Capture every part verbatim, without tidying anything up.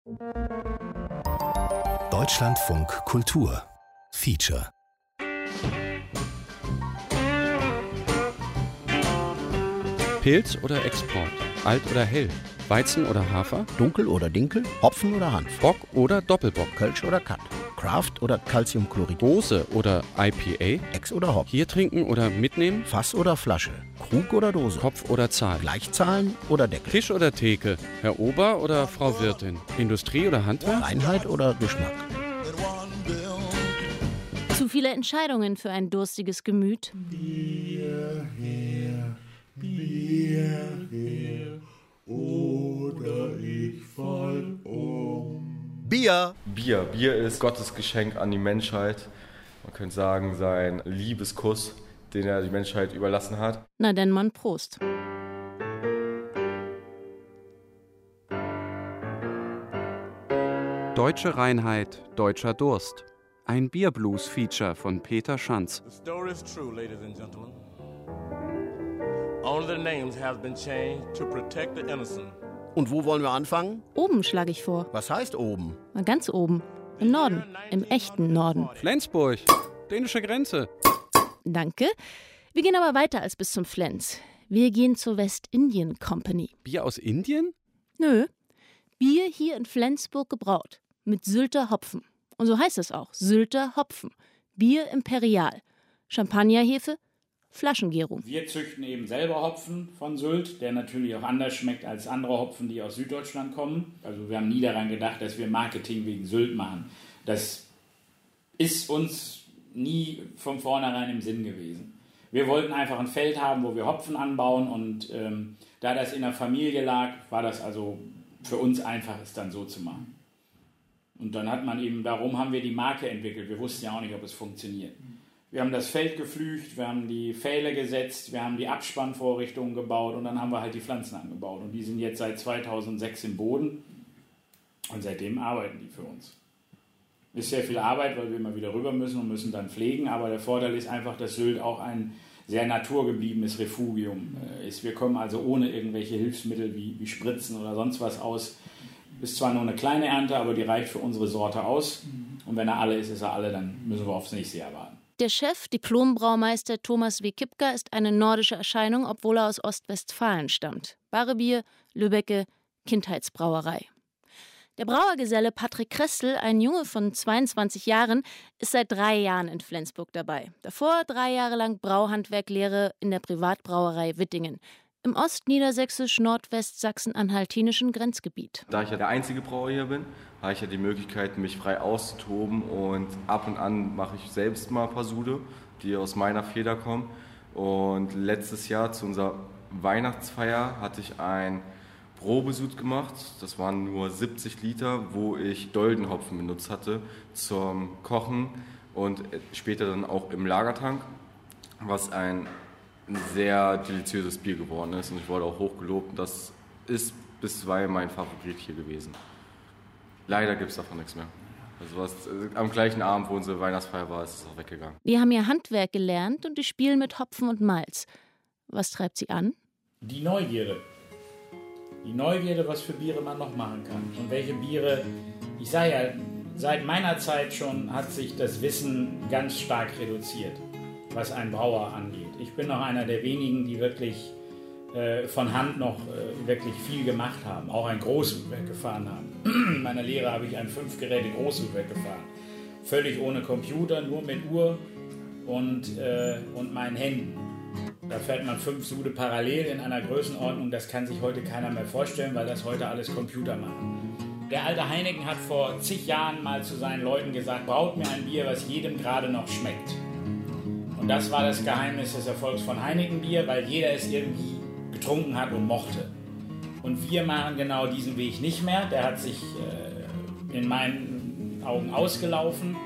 Deutschlandfunk Kultur Feature. Pilz oder Export? Alt oder hell? Weizen oder Hafer? Dunkel oder Dinkel? Hopfen oder Hanf? Bock oder Doppelbock? Kölsch oder Kat? Craft oder Calciumchlorid? Dose oder I P A? Ex oder Hop? Hier trinken oder mitnehmen? Fass oder Flasche? Krug oder Dose? Kopf oder Zahl? Gleichzahlen oder Deckel? Tisch oder Theke? Herr Ober oder Frau Wirtin? Industrie oder Handwerk? Reinheit oder Geschmack? Zu viele Entscheidungen für ein durstiges Gemüt. Bier her, Bier her, oder ich fall um. Bier! Bier. Bier ist Gottes Geschenk an die Menschheit. Man könnte sagen, sein Liebeskuss, den er die Menschheit überlassen hat. Na denn, Mann, Prost. Deutsche Reinheit, deutscher Durst. Ein Bierblues-Feature von Peter Schanz. The story is true, ladies and gentlemen. Only the names have been changed to protect the innocent. Und wo wollen wir anfangen? Oben schlage ich vor. Was heißt oben? Na, ganz oben. Im Norden. Im echten Norden. Flensburg, dänische Grenze. Danke. Wir gehen aber weiter als bis zum Flens. Wir gehen zur Westindien Company. Bier aus Indien? Nö. Bier hier in Flensburg gebraut. Mit Sylter Hopfen. Und so heißt es auch. Sylter Hopfen. Bier Imperial. Champagnerhefe. Flaschengärung. Wir züchten eben selber Hopfen von Sylt, der natürlich auch anders schmeckt als andere Hopfen, die aus Süddeutschland kommen. Also wir haben nie daran gedacht, dass wir Marketing wegen Sylt machen. Das ist uns nie von vornherein im Sinn gewesen. Wir wollten einfach ein Feld haben, wo wir Hopfen anbauen und ähm, da das in der Familie lag, war das also für uns einfach, es dann so zu machen. Und dann hat man eben, darum haben wir die Marke entwickelt. Wir wussten ja auch nicht, ob es funktioniert. Wir haben das Feld geflücht, wir haben die Pfähle gesetzt, wir haben die Abspannvorrichtungen gebaut und dann haben wir halt die Pflanzen angebaut. Und die sind jetzt seit zweitausendsechs im Boden und seitdem arbeiten die für uns. Ist sehr viel Arbeit, weil wir immer wieder rüber müssen und müssen dann pflegen, aber der Vorteil ist einfach, dass Sylt auch ein sehr naturgebliebenes Refugium ist. Wir kommen also ohne irgendwelche Hilfsmittel wie, wie Spritzen oder sonst was aus. Ist zwar nur eine kleine Ernte, aber die reicht für unsere Sorte aus. Und wenn er alle ist, ist er alle, dann müssen wir aufs nächste Jahr warten. Der Chef, Diplombraumeister Thomas W. Kipka, ist eine nordische Erscheinung, obwohl er aus Ostwestfalen stammt. Barebier, Lübbecke, Kindheitsbrauerei. Der Brauergeselle Patrick Krestel, ein Junge von zweiundzwanzig Jahren, ist seit drei Jahren in Flensburg dabei. Davor drei Jahre lang Brauhandwerklehre in der Privatbrauerei Wittingen. Im ostniedersächsisch-nordwestsachsen-anhaltinischen Grenzgebiet. Da ich ja der einzige Brauer hier bin, habe ich ja die Möglichkeit, mich frei auszutoben und ab und an mache ich selbst mal ein paar Sude, die aus meiner Feder kommen. Und letztes Jahr zu unserer Weihnachtsfeier hatte ich ein Probesud gemacht. Das waren nur siebzig Liter, wo ich Doldenhopfen benutzt hatte zum Kochen und später dann auch im Lagertank, was ein ein sehr deliziöses Bier geworden ist und ich wurde auch hochgelobt. Das ist bisweilen mein Favorit hier gewesen. Leider gibt es davon nichts mehr. Also was, am gleichen Abend, wo unsere Weihnachtsfeier war, ist es auch weggegangen. Die haben ihr Handwerk gelernt und die spielen mit Hopfen und Malz. Was treibt sie an? Die Neugierde. Die Neugierde, was für Biere man noch machen kann. Und welche Biere, ich sage ja, seit meiner Zeit schon hat sich das Wissen ganz stark reduziert, was ein Brauer angeht. Ich bin noch einer der wenigen, die wirklich äh, von Hand noch äh, wirklich viel gemacht haben, auch ein Großhutwerk gefahren haben. In meiner Lehre habe ich ein Fünfgeräte Großhutwerk gefahren. Völlig ohne Computer, nur mit Uhr und, äh, und meinen Händen. Da fährt man fünf Sude parallel in einer Größenordnung, das kann sich heute keiner mehr vorstellen, weil das heute alles Computer machen. Der alte Heineken hat vor zig Jahren mal zu seinen Leuten gesagt, braut mir ein Bier, was jedem gerade noch schmeckt. Und das war das Geheimnis des Erfolgs von Heineken-Bier, weil jeder es irgendwie getrunken hat und mochte. Und wir machen genau diesen Weg nicht mehr. Der hat sich äh, in meinen Augen ausgelaufen.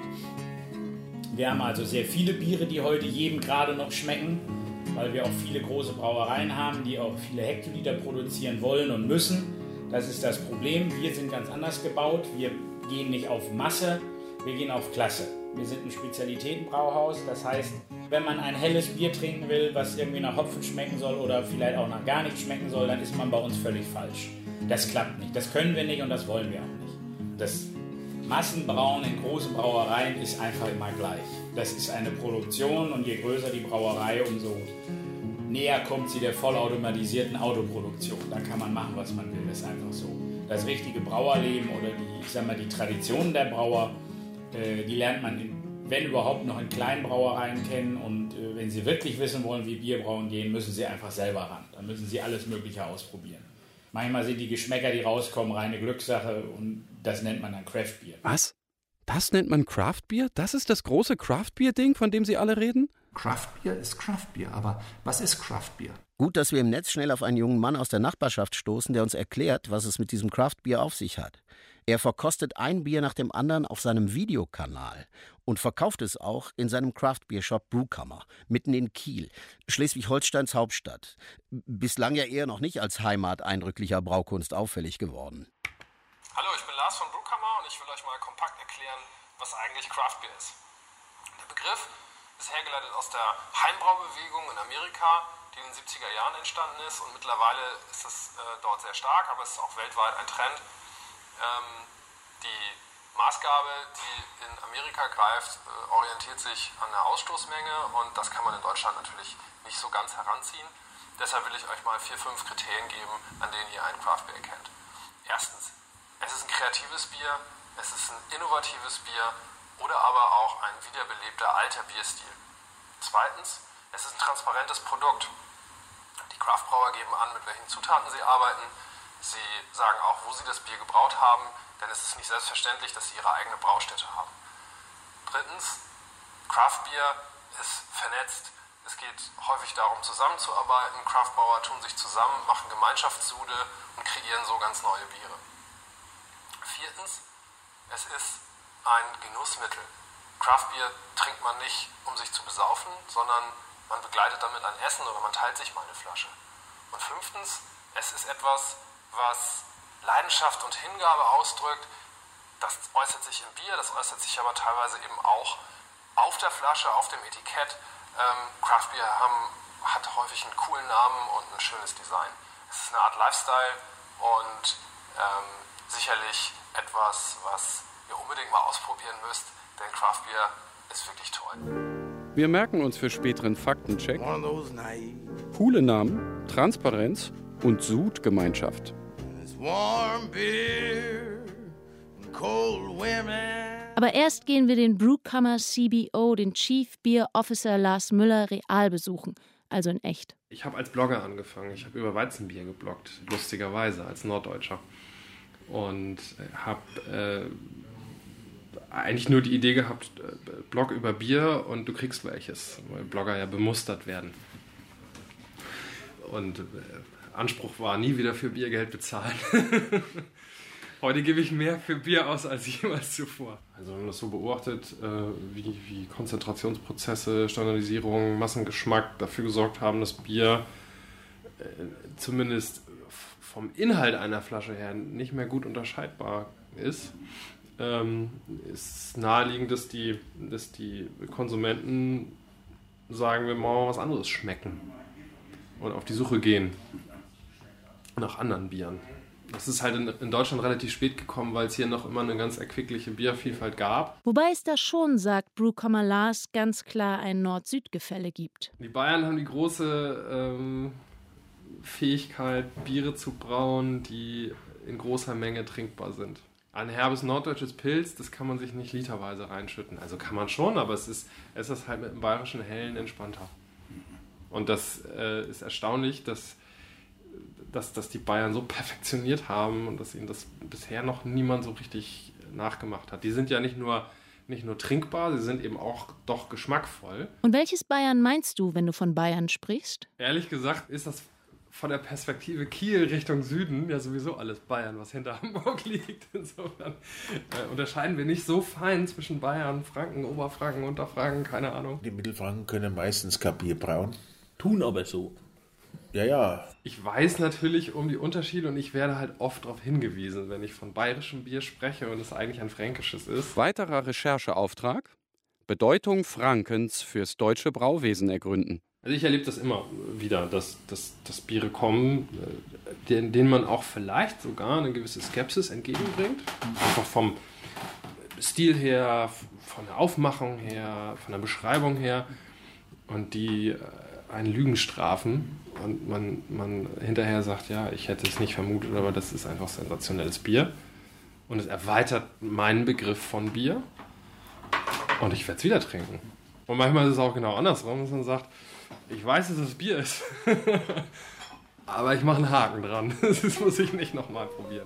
Wir haben also sehr viele Biere, die heute jedem gerade noch schmecken, weil wir auch viele große Brauereien haben, die auch viele Hektoliter produzieren wollen und müssen. Das ist das Problem. Wir sind ganz anders gebaut. Wir gehen nicht auf Masse, wir gehen auf Klasse. Wir sind ein Spezialitätenbrauhaus, das heißt, wenn man ein helles Bier trinken will, was irgendwie nach Hopfen schmecken soll oder vielleicht auch nach gar nichts schmecken soll, dann ist man bei uns völlig falsch. Das klappt nicht, das können wir nicht und das wollen wir auch nicht. Das Massenbrauen in großen Brauereien ist einfach immer gleich. Das ist eine Produktion und je größer die Brauerei, umso näher kommt sie der vollautomatisierten Autoproduktion. Da kann man machen, was man will. Das ist einfach so. Das richtige Brauerleben oder die, ich sag mal, die Traditionen der Brauer, äh, die lernt man, in, wenn überhaupt, noch in kleinen Brauereien kennen. Und äh, wenn Sie wirklich wissen wollen, wie Bierbrauen gehen, müssen Sie einfach selber ran. Da müssen Sie alles Mögliche ausprobieren. Manchmal sind die Geschmäcker, die rauskommen, reine Glückssache und das nennt man dann Craft Beer. Was? Das nennt man Craft Beer? Das ist das große Craft Beer-Ding, von dem Sie alle reden? Craft Beer ist Craft Beer, aber was ist Craft Beer? Gut, dass wir im Netz schnell auf einen jungen Mann aus der Nachbarschaft stoßen, der uns erklärt, was es mit diesem Craft Beer auf sich hat. Er verkostet ein Bier nach dem anderen auf seinem Videokanal und verkauft es auch in seinem Craft Beer Shop Brewkammer, mitten in Kiel, Schleswig-Holsteins Hauptstadt. Bislang ja eher noch nicht als Heimat eindrücklicher Braukunst auffällig geworden. Hallo, ich bin Lars von Brewkammer und ich will euch mal kompakt erklären, was eigentlich Craft Beer ist. Der Begriff ist hergeleitet aus der Heimbraubewegung in Amerika, die in den siebziger Jahren entstanden ist und mittlerweile ist es äh, dort sehr stark, aber es ist auch weltweit ein Trend. Ähm, die Maßgabe, die in Amerika greift, äh, orientiert sich an der Ausstoßmenge und das kann man in Deutschland natürlich nicht so ganz heranziehen. Deshalb will ich euch mal vier, fünf Kriterien geben, an denen ihr ein Craft Beer erkennt. Erstens, es ist ein kreatives Bier, es ist ein innovatives Bier oder aber auch ein wiederbelebter alter Bierstil. Zweitens, es ist ein transparentes Produkt. Die Craftbrauer geben an, mit welchen Zutaten sie arbeiten. Sie sagen auch, wo sie das Bier gebraut haben, denn es ist nicht selbstverständlich, dass sie ihre eigene Braustätte haben. Drittens, Craftbier ist vernetzt. Es geht häufig darum, zusammenzuarbeiten. Craftbrauer tun sich zusammen, machen Gemeinschaftssude und kreieren so ganz neue Biere. Viertens, es ist ein Genussmittel. Craftbier trinkt man nicht, um sich zu besaufen, sondern man begleitet damit ein Essen oder man teilt sich mal eine Flasche. Und fünftens, es ist etwas, was Leidenschaft und Hingabe ausdrückt. Das äußert sich im Bier, das äußert sich aber teilweise eben auch auf der Flasche, auf dem Etikett. Ähm, Craftbier haben, hat häufig einen coolen Namen und ein schönes Design. Es ist eine Art Lifestyle und ähm, sicherlich etwas, was ihr unbedingt mal ausprobieren müsst, denn Craft Beer ist wirklich toll. Wir merken uns für späteren Faktencheck coole Namen, Transparenz und Sud-Gemeinschaft. Aber erst gehen wir den Brewkammer C B O, den Chief Beer Officer Lars Müller, real besuchen, also in echt. Ich habe als Blogger angefangen. Ich habe über Weizenbier gebloggt, lustigerweise, als Norddeutscher. Und habe äh, eigentlich nur die Idee gehabt, äh, Blog über Bier und du kriegst welches, weil Blogger ja bemustert werden. Und äh, Anspruch war, nie wieder für Biergeld bezahlen. Heute gebe ich mehr für Bier aus als jemals zuvor. Also wenn man das so beobachtet, äh, wie, wie Konzentrationsprozesse, Standardisierung, Massengeschmack dafür gesorgt haben, dass Bier äh, zumindest vom Inhalt einer Flasche her nicht mehr gut unterscheidbar ist, ähm, ist naheliegend, dass die, dass die Konsumenten sagen, wir wollen was anderes schmecken und auf die Suche gehen nach anderen Bieren. Das ist halt in, in Deutschland relativ spät gekommen, weil es hier noch immer eine ganz erquickliche Biervielfalt gab. Wobei es da schon, sagt Brewkammer Lars, ganz klar ein Nord-Süd-Gefälle gibt. Die Bayern haben die große ähm, Fähigkeit, Biere zu brauen, die in großer Menge trinkbar sind. Ein herbes norddeutsches Pilz, das kann man sich nicht literweise reinschütten. Also kann man schon, aber es ist, es ist halt mit dem bayerischen Hellen entspannter. Und das äh, ist erstaunlich, dass, dass, dass die Bayern so perfektioniert haben und dass ihnen das bisher noch niemand so richtig nachgemacht hat. Die sind ja nicht nur, nicht nur trinkbar, sie sind eben auch doch geschmackvoll. Und welches Bayern meinst du, wenn du von Bayern sprichst? Ehrlich gesagt ist das von der Perspektive Kiel Richtung Süden ja sowieso alles Bayern, was hinter Hamburg liegt. Insofern äh, unterscheiden wir nicht so fein zwischen Bayern, Franken, Oberfranken, Unterfranken, keine Ahnung. Die Mittelfranken können meistens kein Bier brauen. Tun aber so. Ja, ja. Ich weiß natürlich um die Unterschiede und ich werde halt oft darauf hingewiesen, wenn ich von bayerischem Bier spreche und es eigentlich ein fränkisches ist. Weiterer Rechercheauftrag: Bedeutung Frankens fürs deutsche Brauwesen ergründen. Also ich erlebe das immer wieder, dass, dass, dass Biere kommen, denen, denen man auch vielleicht sogar eine gewisse Skepsis entgegenbringt. Einfach vom Stil her, von der Aufmachung her, von der Beschreibung her. Und die einen Lügen strafen und man, man hinterher sagt, ja, ich hätte es nicht vermutet, aber das ist einfach sensationelles Bier. Und es erweitert meinen Begriff von Bier und ich werde es wieder trinken. Und manchmal ist es auch genau andersrum, dass man sagt, ich weiß, dass es Bier ist, aber ich mache einen Haken dran. Das muss ich nicht nochmal probieren.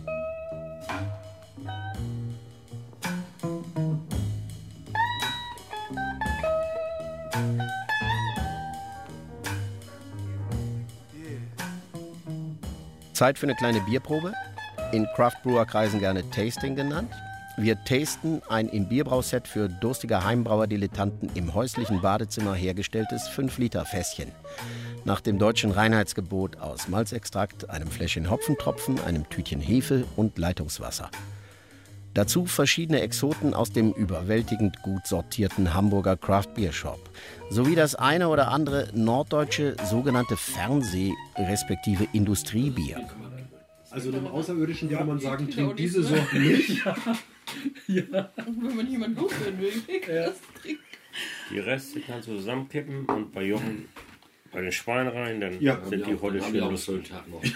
Zeit für eine kleine Bierprobe, in Craft-Brewer-Kreisen gerne Tasting genannt. Wir tasten ein im Bierbrauset für durstige Heimbrauer-Dilettanten im häuslichen Badezimmer hergestelltes fünf Liter Fässchen. Nach dem deutschen Reinheitsgebot aus Malzextrakt, einem Fläschchen Hopfentropfen, einem Tütchen Hefe und Leitungswasser. Dazu verschiedene Exoten aus dem überwältigend gut sortierten Hamburger Craft-Bier-Shop. Sowie das eine oder andere norddeutsche sogenannte Fernseh- respektive Industriebier. Also einem Außerirdischen würde man sagen, trinkt diese Sorten nicht. Ja. Und wenn man jemanden loswerden will, kann ja. das trinken. Die Reste kannst du zusammenkippen und bei Jochen bei den Schweinen rein, dann ja. sind die heute schon lustig.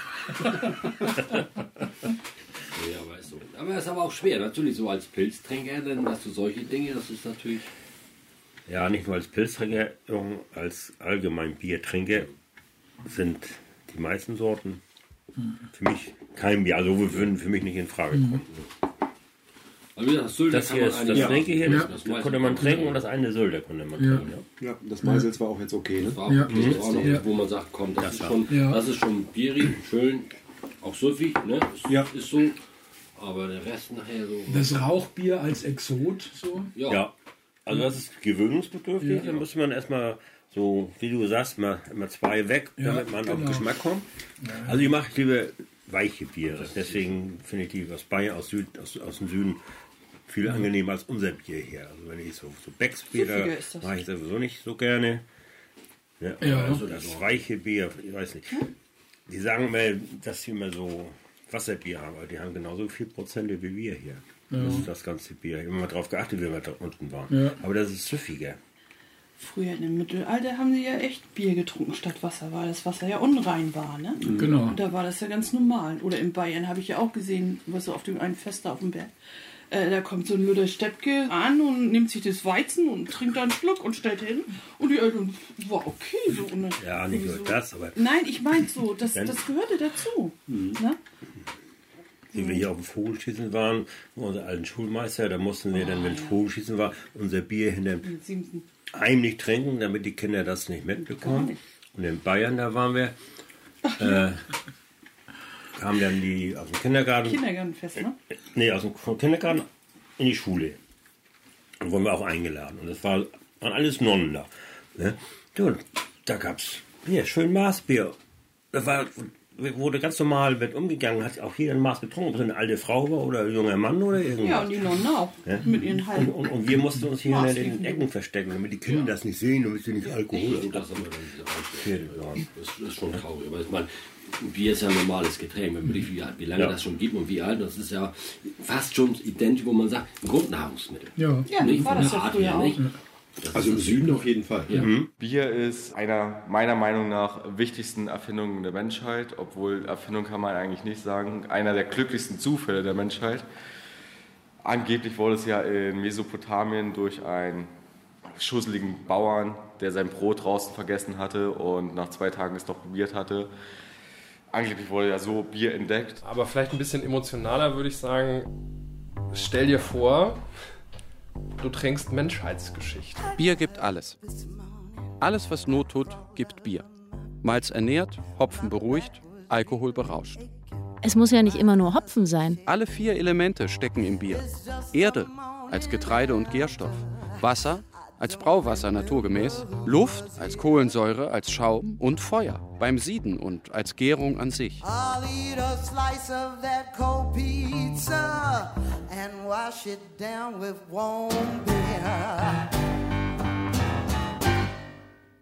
Ja, aber ist so. Aber es ist aber auch schwer, natürlich so als Pilztrinker, denn dass du solche Dinge, das ist natürlich... Ja, nicht nur als Pilztrinker, als allgemein Biertrinker sind die meisten Sorten für mich kein Bier, also würden für mich nicht in Frage kommen. Also das Sylter das hier ist das ja. Trinke hier, ja. das, das konnte man trinken und das eine Sylter konnte man ja. trinken. Ja, ja das Maisels war auch jetzt okay, ne? Das war, ja. das war noch, ja. wo man sagt, komm, das, das, ist, schon, ja. das ist schon bierig, schön, auch süffig, ne? Das ja. ist so, aber der Rest nachher so... Das Rauchbier als Exot, so? Ja, ja. Also das ist gewöhnungsbedürftig, ja. Da muss man erstmal so, wie du sagst, mal, mal zwei weg, ja, damit man genau. auf Geschmack kommt. Ja. Also ich mache lieber weiche Biere, deswegen finde ich die aus Bayern, aus, Süd, aus, aus dem Süden viel ja. angenehmer als unser Bier hier. Also wenn ich so, so Becksbier, da mache ich sowieso nicht so gerne. Ja, ja. Also das weiche Bier, ich weiß nicht. Die sagen mal, dass sie immer so Wasserbier haben, aber die haben genauso viel Prozent wie wir hier. Ja. Das ist das ganze Bier. Ich habe immer darauf geachtet, wie wir da unten waren. Ja. Aber das ist süffiger. Früher in dem Mittelalter haben sie ja echt Bier getrunken statt Wasser, weil das Wasser ja unrein war, ne? Genau. Und da war das ja ganz normal. Oder in Bayern habe ich ja auch gesehen, was so auf dem einen Fest da auf dem Berg. Äh, da kommt so ein Luther Steppke an und nimmt sich das Weizen und trinkt da einen Schluck und stellt hin. Und die Eltern, war okay. So, und ja, nicht nur so. Das, aber... Nein, ich meine so, das, das gehörte dazu. Mhm. Ne? Wie wir hier auf dem Vogelschießen waren, unser alten Schulmeister, da mussten wir oh, dann, wenn ja. Vogelschießen war, unser Bier hinter heimlich trinken, damit die Kinder das nicht mitbekommen. Nicht. Und in Bayern, da waren wir, äh, kamen dann die aus dem Kindergarten. Kindergartenfest, ne? Nee, aus dem Kindergarten in die Schule. Und wurden wir auch eingeladen. Und das war, waren alles Nonnen da. Ne? Und da gab es Bier, schön Maßbier. Das war... wurde ganz normal mit umgegangen, hat auch jeder ein Maß getrunken, ob es eine alte Frau war oder ein junger Mann oder irgendwas. Ja, und die Nonnen auch, ja? Mit ihren halben. Und, und, und wir mussten uns hier in den Ecken verstecken, damit die Kinder ja. das nicht sehen, damit sie nicht Alkohol haben. Das, das ist schon traurig, aber ich meine, Bier ist ja ein normales Getränk, wenn man wie, wie lange ja. das schon gibt und wie alt, das ist ja fast schon identisch, wo man sagt, ein Grundnahrungsmittel. Ja, ja nicht war von das der ja Art früher her, auch. Nicht? Also im Süden auf jeden Fall. Ja. Mhm. Bier ist einer meiner Meinung nach wichtigsten Erfindungen der Menschheit, obwohl Erfindung kann man eigentlich nicht sagen, einer der glücklichsten Zufälle der Menschheit. Angeblich wurde es ja in Mesopotamien durch einen schusseligen Bauern, der sein Brot draußen vergessen hatte und nach zwei Tagen es doch probiert hatte. Angeblich wurde ja so Bier entdeckt. Aber vielleicht ein bisschen emotionaler würde ich sagen, stell dir vor, du trinkst Menschheitsgeschichte. Bier gibt alles. Alles, was Not tut, gibt Bier. Malz ernährt, Hopfen beruhigt, Alkohol berauscht. Es muss ja nicht immer nur Hopfen sein. Alle vier Elemente stecken im Bier. Erde als Getreide und Gärstoff. Wasser als Brauwasser naturgemäß. Luft als Kohlensäure, als Schaum und Feuer beim Sieden und als Gärung an sich. I'll eat a slice of that cold pizza and wash it down with warm beer.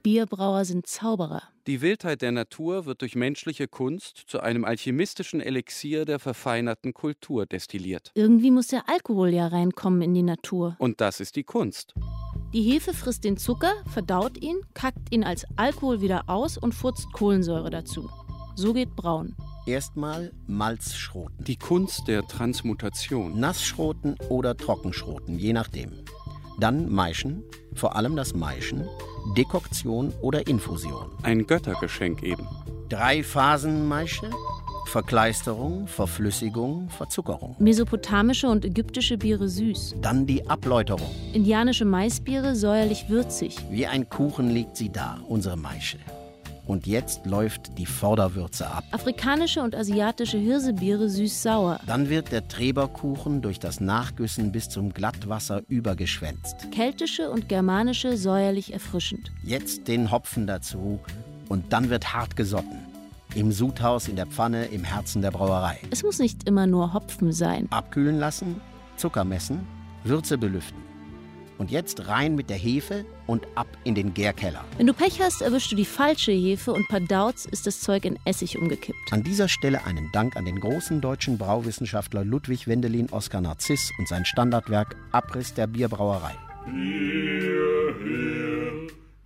Bierbrauer sind Zauberer. Die Wildheit der Natur wird durch menschliche Kunst zu einem alchemistischen Elixier der verfeinerten Kultur destilliert. Irgendwie muss der Alkohol ja reinkommen in die Natur. Und das ist die Kunst. Die Hefe frisst den Zucker, verdaut ihn, kackt ihn als Alkohol wieder aus und furzt Kohlensäure dazu. So geht Brauen. Erstmal Malzschroten. Die Kunst der Transmutation. Nassschroten oder Trockenschroten, je nachdem. Dann Maischen, vor allem das Maischen, Dekoktion oder Infusion. Ein Göttergeschenk eben. Drei Phasen Maische, Verkleisterung, Verflüssigung, Verzuckerung. Mesopotamische und ägyptische Biere süß. Dann die Abläuterung. Indianische Maisbiere säuerlich würzig. Wie ein Kuchen liegt sie da, unsere Maische. Und jetzt läuft die Vorderwürze ab. Afrikanische und asiatische Hirsebiere süß-sauer. Dann wird der Treberkuchen durch das Nachgüssen bis zum Glattwasser übergeschwänzt. Keltische und germanische säuerlich erfrischend. Jetzt den Hopfen dazu und dann wird hart gesotten. Im Sudhaus, in der Pfanne, im Herzen der Brauerei. Es muss nicht immer nur Hopfen sein. Abkühlen lassen, Zucker messen, Würze belüften. Und jetzt rein mit der Hefe und ab in den Gärkeller. Wenn du Pech hast, erwischst du die falsche Hefe und per Dauz ist das Zeug in Essig umgekippt. An dieser Stelle einen Dank an den großen deutschen Brauwissenschaftler Ludwig Wendelin Oskar Narziss und sein Standardwerk Abriss der Bierbrauerei. Bier her,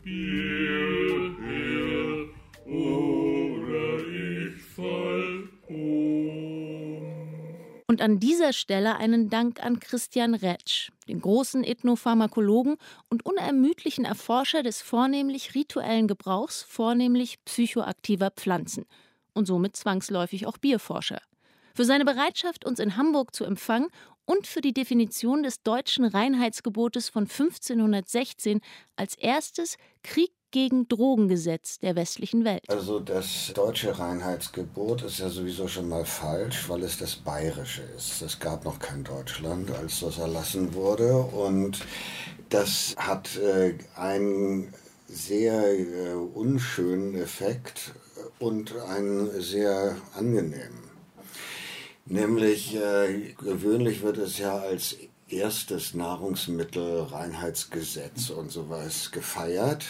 Bier her, oder ich fall um. Und an dieser Stelle einen Dank an Christian Rätsch, den großen Ethnopharmakologen und unermüdlichen Erforscher des vornehmlich rituellen Gebrauchs vornehmlich psychoaktiver Pflanzen und somit zwangsläufig auch Bierforscher. Für seine Bereitschaft, uns in Hamburg zu empfangen und für die Definition des deutschen Reinheitsgebotes von fünfzehnhundertsechzehn als erstes Krieg gegen Drogengesetz der westlichen Welt. Also das deutsche Reinheitsgebot ist ja sowieso schon mal falsch, weil es das bayerische ist. Es gab noch kein Deutschland, als das erlassen wurde, und das hat äh, einen sehr äh, unschönen Effekt und einen sehr angenehmen. Nämlich äh, gewöhnlich wird es ja als erstes Nahrungsmittelreinheitsgesetz und sowas gefeiert.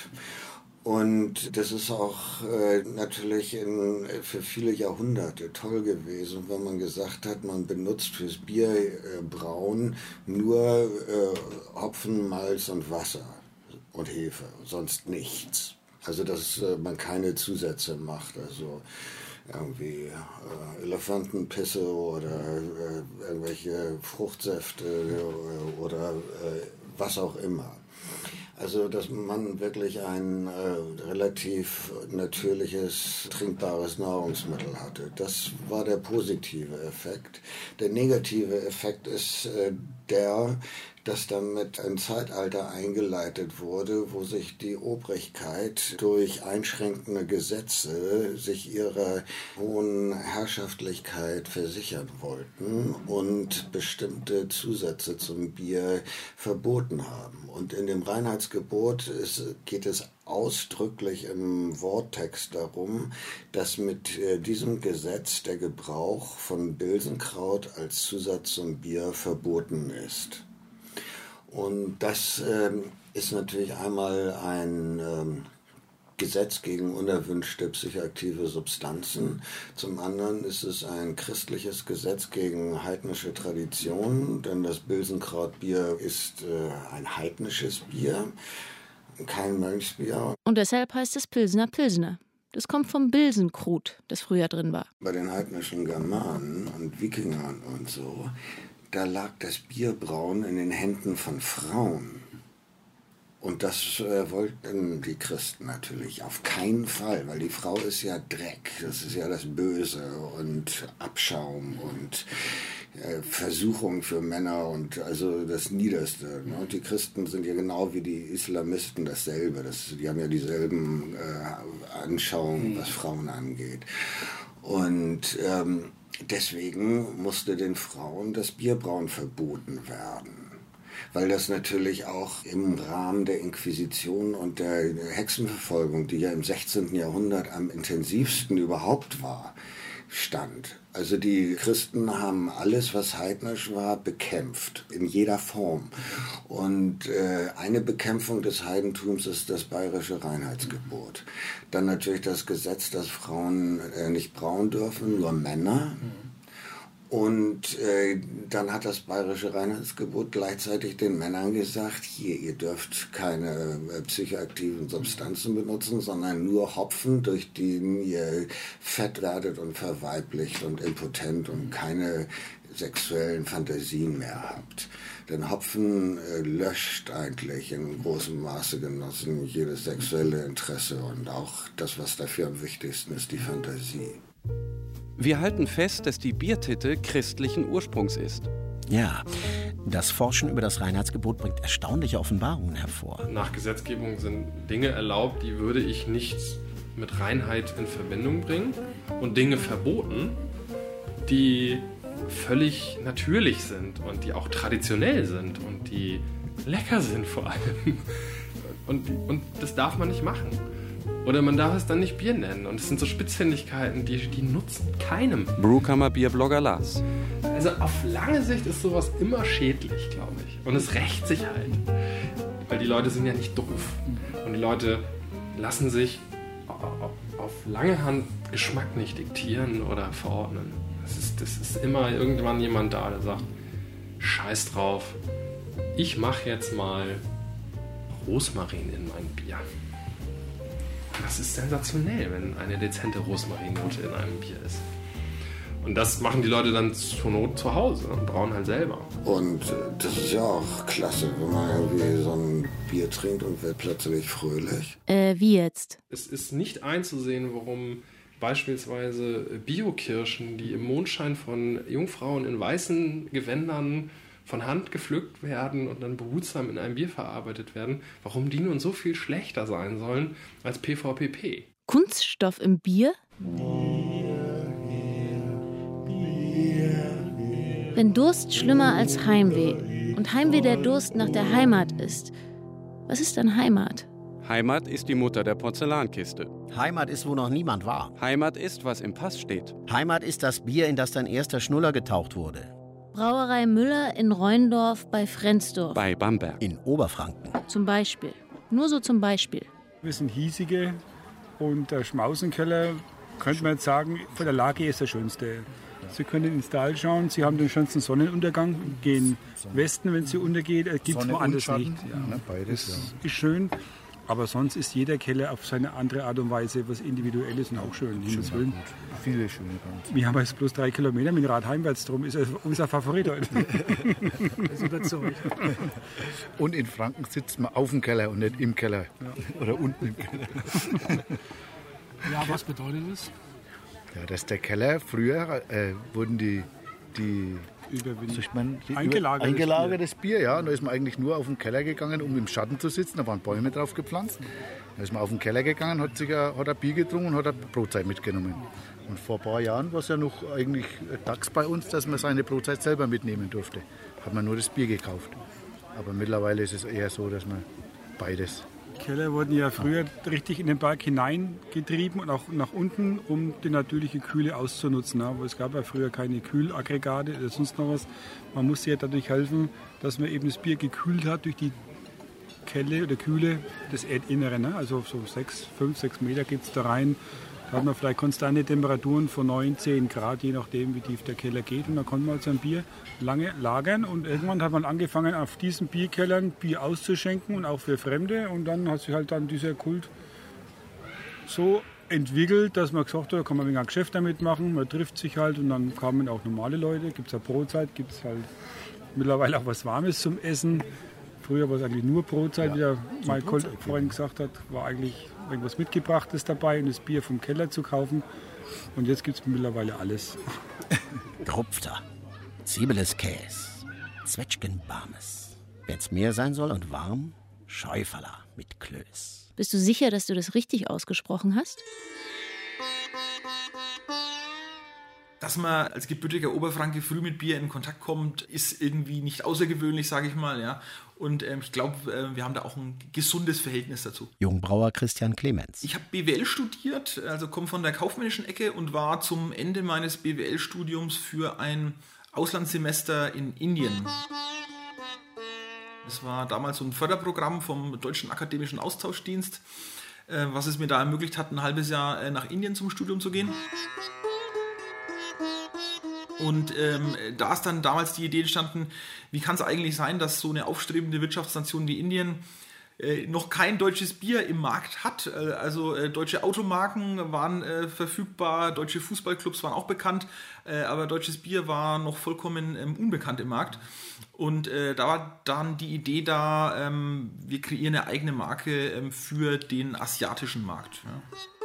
Und das ist auch äh, natürlich in, für viele Jahrhunderte toll gewesen, wenn man gesagt hat, man benutzt fürs Bierbrauen äh, nur äh, Hopfen, Malz und Wasser und Hefe, sonst nichts. Also dass äh, man keine Zusätze macht, also irgendwie äh, Elefantenpisse oder äh, irgendwelche Fruchtsäfte äh, oder äh, was auch immer. Also, dass man wirklich ein äh, relativ natürliches, trinkbares Nahrungsmittel hatte. Das war der positive Effekt. Der negative Effekt ist äh, der, dass damit ein Zeitalter eingeleitet wurde, wo sich die Obrigkeit durch einschränkende Gesetze sich ihrer hohen Herrschaftlichkeit versichern wollten und bestimmte Zusätze zum Bier verboten haben. Und in dem Reinheitsgebot ist, geht es ausdrücklich im Worttext darum, dass mit äh, diesem Gesetz der Gebrauch von Bilsenkraut als Zusatz zum Bier verboten ist. Und das ähm, ist natürlich einmal ein ähm, Gesetz gegen unerwünschte psychoaktive Substanzen. Zum anderen ist es ein christliches Gesetz gegen heidnische Traditionen, denn das Bilsenkrautbier ist äh, ein heidnisches Bier, kein Mönchsbier. Und deshalb heißt es Pilsener Pilsener. Das kommt vom Bilsenkrut, das früher drin war. Bei den heidnischen Germanen und Wikingern und so, da lag das Bierbrauen in den Händen von Frauen. Und das äh, wollten die Christen natürlich auf keinen Fall, weil die Frau ist ja Dreck, das ist ja das Böse und Abschaum und äh, Versuchung für Männer und also das Niederste. Ne? Und die Christen sind ja genau wie die Islamisten dasselbe, das, die haben ja dieselben äh, Anschauungen, was Frauen angeht. Und ähm, deswegen musste den Frauen das Bierbrauen verboten werden, weil das natürlich auch im Rahmen der Inquisition und der Hexenverfolgung, die ja im sechzehnten Jahrhundert am intensivsten überhaupt war, stand. Also die Christen haben alles, was heidnisch war, bekämpft, in jeder Form. Und äh, eine Bekämpfung des Heidentums ist das bayerische Reinheitsgebot. Dann natürlich das Gesetz, dass Frauen äh, nicht brauen dürfen, nur Männer. Und äh, dann hat das bayerische Reinheitsgebot gleichzeitig den Männern gesagt, hier, ihr dürft keine äh, psychoaktiven Substanzen benutzen, sondern nur Hopfen, durch den ihr fett werdet und verweiblicht und impotent und keine sexuellen Fantasien mehr habt. Denn Hopfen äh, löscht eigentlich in großem Maße genossen jedes sexuelle Interesse und auch das, was dafür am wichtigsten ist, die Fantasie. Wir halten fest, dass die Biertitte christlichen Ursprungs ist. Ja, das Forschen über das Reinheitsgebot bringt erstaunliche Offenbarungen hervor. Nach Gesetzgebung sind Dinge erlaubt, die würde ich nicht mit Reinheit in Verbindung bringen. Und Dinge verboten, die völlig natürlich sind und die auch traditionell sind und die lecker sind vor allem. Und, und das darf man nicht machen. Oder man darf es dann nicht Bier nennen. Und es sind so Spitzfindigkeiten, die, die nutzen keinem. Brewkammer Bierblogger Lars. Also auf lange Sicht ist sowas immer schädlich, glaube ich. Und es rächt sich halt. Weil die Leute sind ja nicht doof. Und die Leute lassen sich auf lange Hand Geschmack nicht diktieren oder verordnen. Das ist, das ist immer irgendwann jemand da, der sagt, scheiß drauf, ich mache jetzt mal Rosmarin in mein Bier. Das ist sensationell, wenn eine dezente Rosmarinnote in einem Bier ist. Und das machen die Leute dann zur Not zu Hause und brauen halt selber. Und das ist ja auch klasse, wenn man irgendwie so ein Bier trinkt und wird plötzlich fröhlich. Äh, wie jetzt? Es ist nicht einzusehen, warum beispielsweise Biokirschen, die im Mondschein von Jungfrauen in weißen Gewändern von Hand gepflückt werden und dann behutsam in einem Bier verarbeitet werden, warum die nun so viel schlechter sein sollen als P V P P. Kunststoff im Bier? Wenn Durst schlimmer als Heimweh und Heimweh der Durst nach der Heimat ist, was ist dann Heimat? Heimat ist die Mutter der Porzellankiste. Heimat ist, wo noch niemand war. Heimat ist, was im Pass steht. Heimat ist das Bier, in das dein erster Schnuller getaucht wurde. Brauerei Müller in Reundorf bei Frensdorf. Bei Bamberg. In Oberfranken. Zum Beispiel. Nur so zum Beispiel. Wir sind hiesige und der Schmausenkeller, könnte man jetzt sagen, von der Lage ist der schönste. Sie können ins Tal schauen, Sie haben den schönsten Sonnenuntergang, gehen Westen, wenn sie untergeht, gibt es woanders nicht. Ja. Ja, beides, das ja. ist schön. Aber sonst ist jeder Keller auf seine andere Art und Weise was Individuelles und auch schön. schön Viele schöne Bands. Wir haben jetzt bloß drei Kilometer mit dem Rad heimwärts drum. Ist unser Favorit heute. Das überzeugt. Und in Franken sitzt man auf dem Keller und nicht im Keller. Ja. Oder unten im Keller. Ja, was bedeutet das? Ja, dass der Keller, früher äh, wurden die, die man, eingelagertes, eingelagertes Bier. Bier, ja. Und da ist man eigentlich nur auf den Keller gegangen, um im Schatten zu sitzen. Da waren Bäume drauf gepflanzt. Da ist man auf den Keller gegangen, hat sich ein, hat ein Bier getrunken und hat eine Brotzeit mitgenommen. Und vor ein paar Jahren war es ja noch eigentlich Tags bei uns, dass man seine Brotzeit selber mitnehmen durfte. Hat man nur das Bier gekauft. Aber mittlerweile ist es eher so, dass man beides. Keller wurden ja früher richtig in den Berg hineingetrieben und auch nach unten, um die natürliche Kühle auszunutzen. Aber es gab ja früher keine Kühlaggregate oder sonst noch was. Man musste ja dadurch helfen, dass man eben das Bier gekühlt hat durch die Kelle oder Kühle des Erdinneren. Also so sechs, fünf, sechs Meter geht es da rein. Da hat man vielleicht konstante Temperaturen von neun, zehn Grad, je nachdem, wie tief der Keller geht. Und dann konnte man also ein Bier lange lagern. Und irgendwann hat man angefangen, auf diesen Bierkellern Bier auszuschenken und auch für Fremde. Und dann hat sich halt dann dieser Kult so entwickelt, dass man gesagt hat, da kann man ein Geschäft damit machen. Man trifft sich halt und dann kamen auch normale Leute. Gibt es ja Brotzeit, gibt es halt mittlerweile auch was Warmes zum Essen. Früher war es eigentlich nur Brotzeit, ja, wie der mein Kollege vorhin gesagt hat, war eigentlich irgendwas Mitgebrachtes dabei und das Bier vom Keller zu kaufen. Und jetzt gibt es mittlerweile alles. Rupfter, Ziebeles Käse, Zwetschgenbarmes. Wenn's mehr sein soll und warm, Schäuferler mit Klöß. Bist du sicher, dass du das richtig ausgesprochen hast? Dass man als gebürtiger Oberfranke früh mit Bier in Kontakt kommt, ist irgendwie nicht außergewöhnlich, sage ich mal. Ja. Und ähm, ich glaube, äh, wir haben da auch ein gesundes Verhältnis dazu. Jungbrauer Christian Clemens. Ich habe B W L studiert, also komme von der kaufmännischen Ecke und war zum Ende meines B W L-Studiums für ein Auslandssemester in Indien. Das war damals so ein Förderprogramm vom Deutschen Akademischen Austauschdienst, äh, was es mir da ermöglicht hat, ein halbes Jahr äh, nach Indien zum Studium zu gehen. Und ähm, da ist dann damals die Idee entstanden, wie kann es eigentlich sein, dass so eine aufstrebende Wirtschaftsnation wie Indien äh, noch kein deutsches Bier im Markt hat. Äh, also äh, deutsche Automarken waren äh, verfügbar, deutsche Fußballclubs waren auch bekannt, äh, aber deutsches Bier war noch vollkommen ähm, unbekannt im Markt. Und äh, da war dann die Idee da, ähm, wir kreieren eine eigene Marke ähm, für den asiatischen Markt. Ja.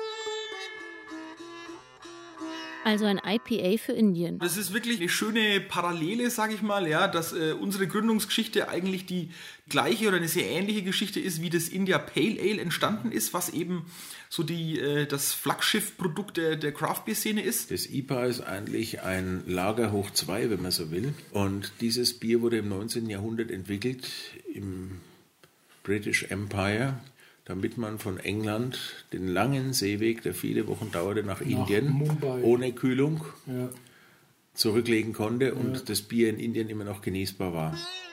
Also ein I P A für Indien. Das ist wirklich eine schöne Parallele, sage ich mal, ja, dass äh, unsere Gründungsgeschichte eigentlich die gleiche oder eine sehr ähnliche Geschichte ist, wie das India Pale Ale entstanden ist, was eben so die, äh, das Flaggschiff-Produkt der, der Craft-Bier-Szene ist. Das I P A ist eigentlich ein Lager hoch zwei, wenn man so will. Und dieses Bier wurde im neunzehnten Jahrhundert entwickelt im British Empire, damit man von England den langen Seeweg, der viele Wochen dauerte, nach, nach Indien, Mumbai. Ohne Kühlung ja. zurücklegen konnte und ja. das Bier in Indien immer noch genießbar war.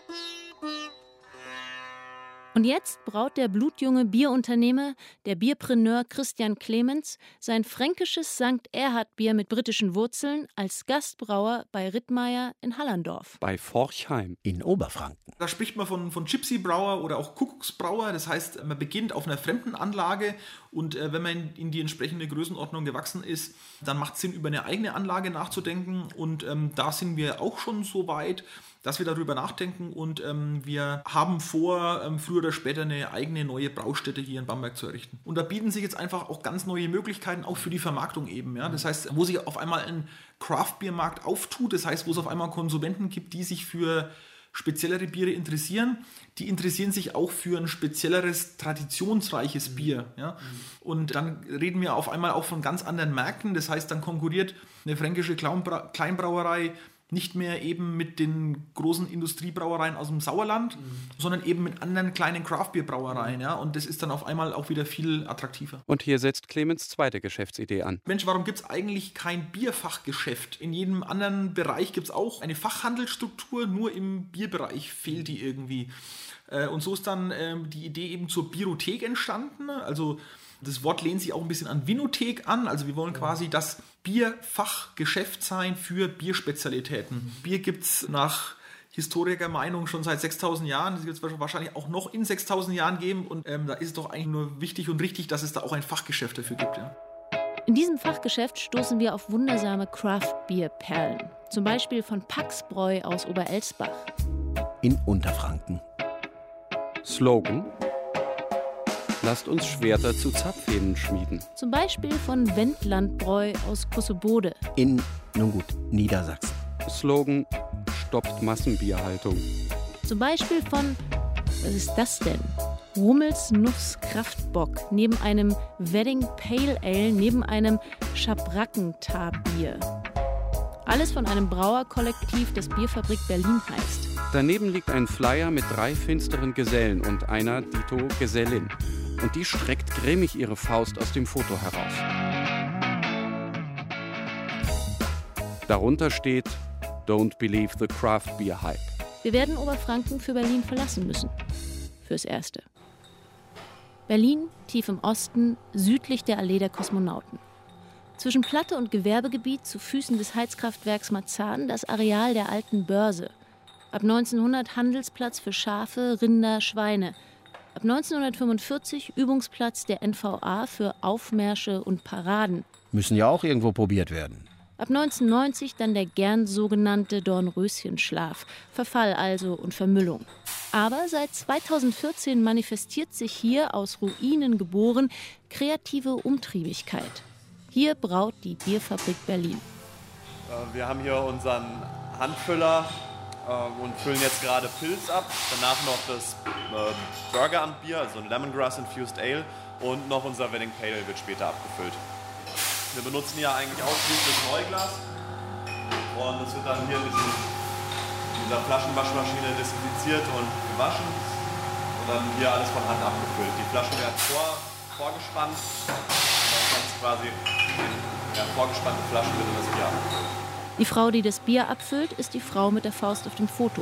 Und jetzt braut der blutjunge Bierunternehmer, der Bierpreneur Christian Clemens, sein fränkisches Sankt Erhard-Bier mit britischen Wurzeln als Gastbrauer bei Rittmeier in Hallandorf. Bei Forchheim in Oberfranken. Da spricht man von, von Gypsy-Brauer oder auch Kuckucksbrauer. Das heißt, man beginnt auf einer fremden Anlage und äh, wenn man in, in die entsprechende Größenordnung gewachsen ist, dann macht es Sinn, über eine eigene Anlage nachzudenken. Und ähm, da sind wir auch schon so weit, dass wir darüber nachdenken und ähm, wir haben vor, ähm, früher oder später eine eigene neue Braustätte hier in Bamberg zu errichten. Und da bieten sich jetzt einfach auch ganz neue Möglichkeiten, auch für die Vermarktung eben. Ja? Das heißt, wo sich auf einmal ein Craft-Bier-Markt auftut, das heißt, wo es auf einmal Konsumenten gibt, die sich für speziellere Biere interessieren, die interessieren sich auch für ein spezielleres, traditionsreiches Bier. Ja? Und dann reden wir auf einmal auch von ganz anderen Märkten, das heißt, dann konkurriert eine fränkische Kleinbrauerei nicht mehr eben mit den großen Industriebrauereien aus dem Sauerland, mhm. sondern eben mit anderen kleinen Craft-Bier-Brauereien. Ja? Und das ist dann auf einmal auch wieder viel attraktiver. Und hier setzt Clemens zweite Geschäftsidee an. Mensch, warum gibt es eigentlich kein Bierfachgeschäft? In jedem anderen Bereich gibt es auch eine Fachhandelsstruktur, nur im Bierbereich fehlt die irgendwie. Und so ist dann ähm, die Idee eben zur Bierothek entstanden. Also das Wort lehnt sich auch ein bisschen an Vinothek an. Also wir wollen quasi das Bierfachgeschäft sein für Bierspezialitäten. Mhm. Bier gibt es nach historiker Meinung schon seit sechstausend Jahren. Das wird es wahrscheinlich auch noch in sechstausend Jahren geben. Und ähm, da ist es doch eigentlich nur wichtig und richtig, dass es da auch ein Fachgeschäft dafür gibt. Ja. In diesem Fachgeschäft stoßen wir auf wundersame Craft-Bier-Perlen. Zum Beispiel von Paxbräu aus Oberelsbach. In Unterfranken. Slogan: Lasst uns Schwerter zu Zapfhähnen schmieden. Zum Beispiel von Wendlandbräu aus Kusselbode. In, nun gut, Niedersachsen. Slogan: Stoppt Massenbierhaltung. Zum Beispiel von, was ist das denn? Rummels Nuffs Kraftbock neben einem Wedding Pale Ale, neben einem Schabrackentar-Bier. Alles von einem Brauerkollektiv, das Bierfabrik Berlin heißt. Daneben liegt ein Flyer mit drei finsteren Gesellen und einer dito Gesellin. Und die streckt grimmig ihre Faust aus dem Foto heraus. Darunter steht: Don't believe the craft beer hype. Wir werden Oberfranken für Berlin verlassen müssen. Fürs Erste. Berlin, tief im Osten, südlich der Allee der Kosmonauten. Zwischen Platte und Gewerbegebiet zu Füßen des Heizkraftwerks Marzahn das Areal der alten Börse. Ab neunzehnhundert Handelsplatz für Schafe, Rinder, Schweine. Ab neunzehnhundertfünfundvierzig Übungsplatz der N V A für Aufmärsche und Paraden. Müssen ja auch irgendwo probiert werden. Ab neunzehnhundertneunzig dann der gern sogenannte Dornröschenschlaf. Verfall also und Vermüllung. Aber seit zweitausendvierzehn manifestiert sich hier, aus Ruinen geboren, kreative Umtriebigkeit. Hier braut die Bierfabrik Berlin. Wir haben hier unseren Handfüller und füllen jetzt gerade Pilz ab. Danach noch das Burger and Bier, also ein Lemongrass Infused Ale. Und noch unser Wedding Pale Ale wird später abgefüllt. Wir benutzen hier eigentlich ausschließlich Neuglas. Und es wird dann hier in, diesem, in dieser Flaschenwaschmaschine desinfiziert und gewaschen. Und dann hier alles von Hand abgefüllt. Die Flaschen werden vor, vorgespannt. Und dann kann es quasi in ja, vorgespannte Flaschen wird in das Bier abgefüllt. Die Frau, die das Bier abfüllt, ist die Frau mit der Faust auf dem Foto.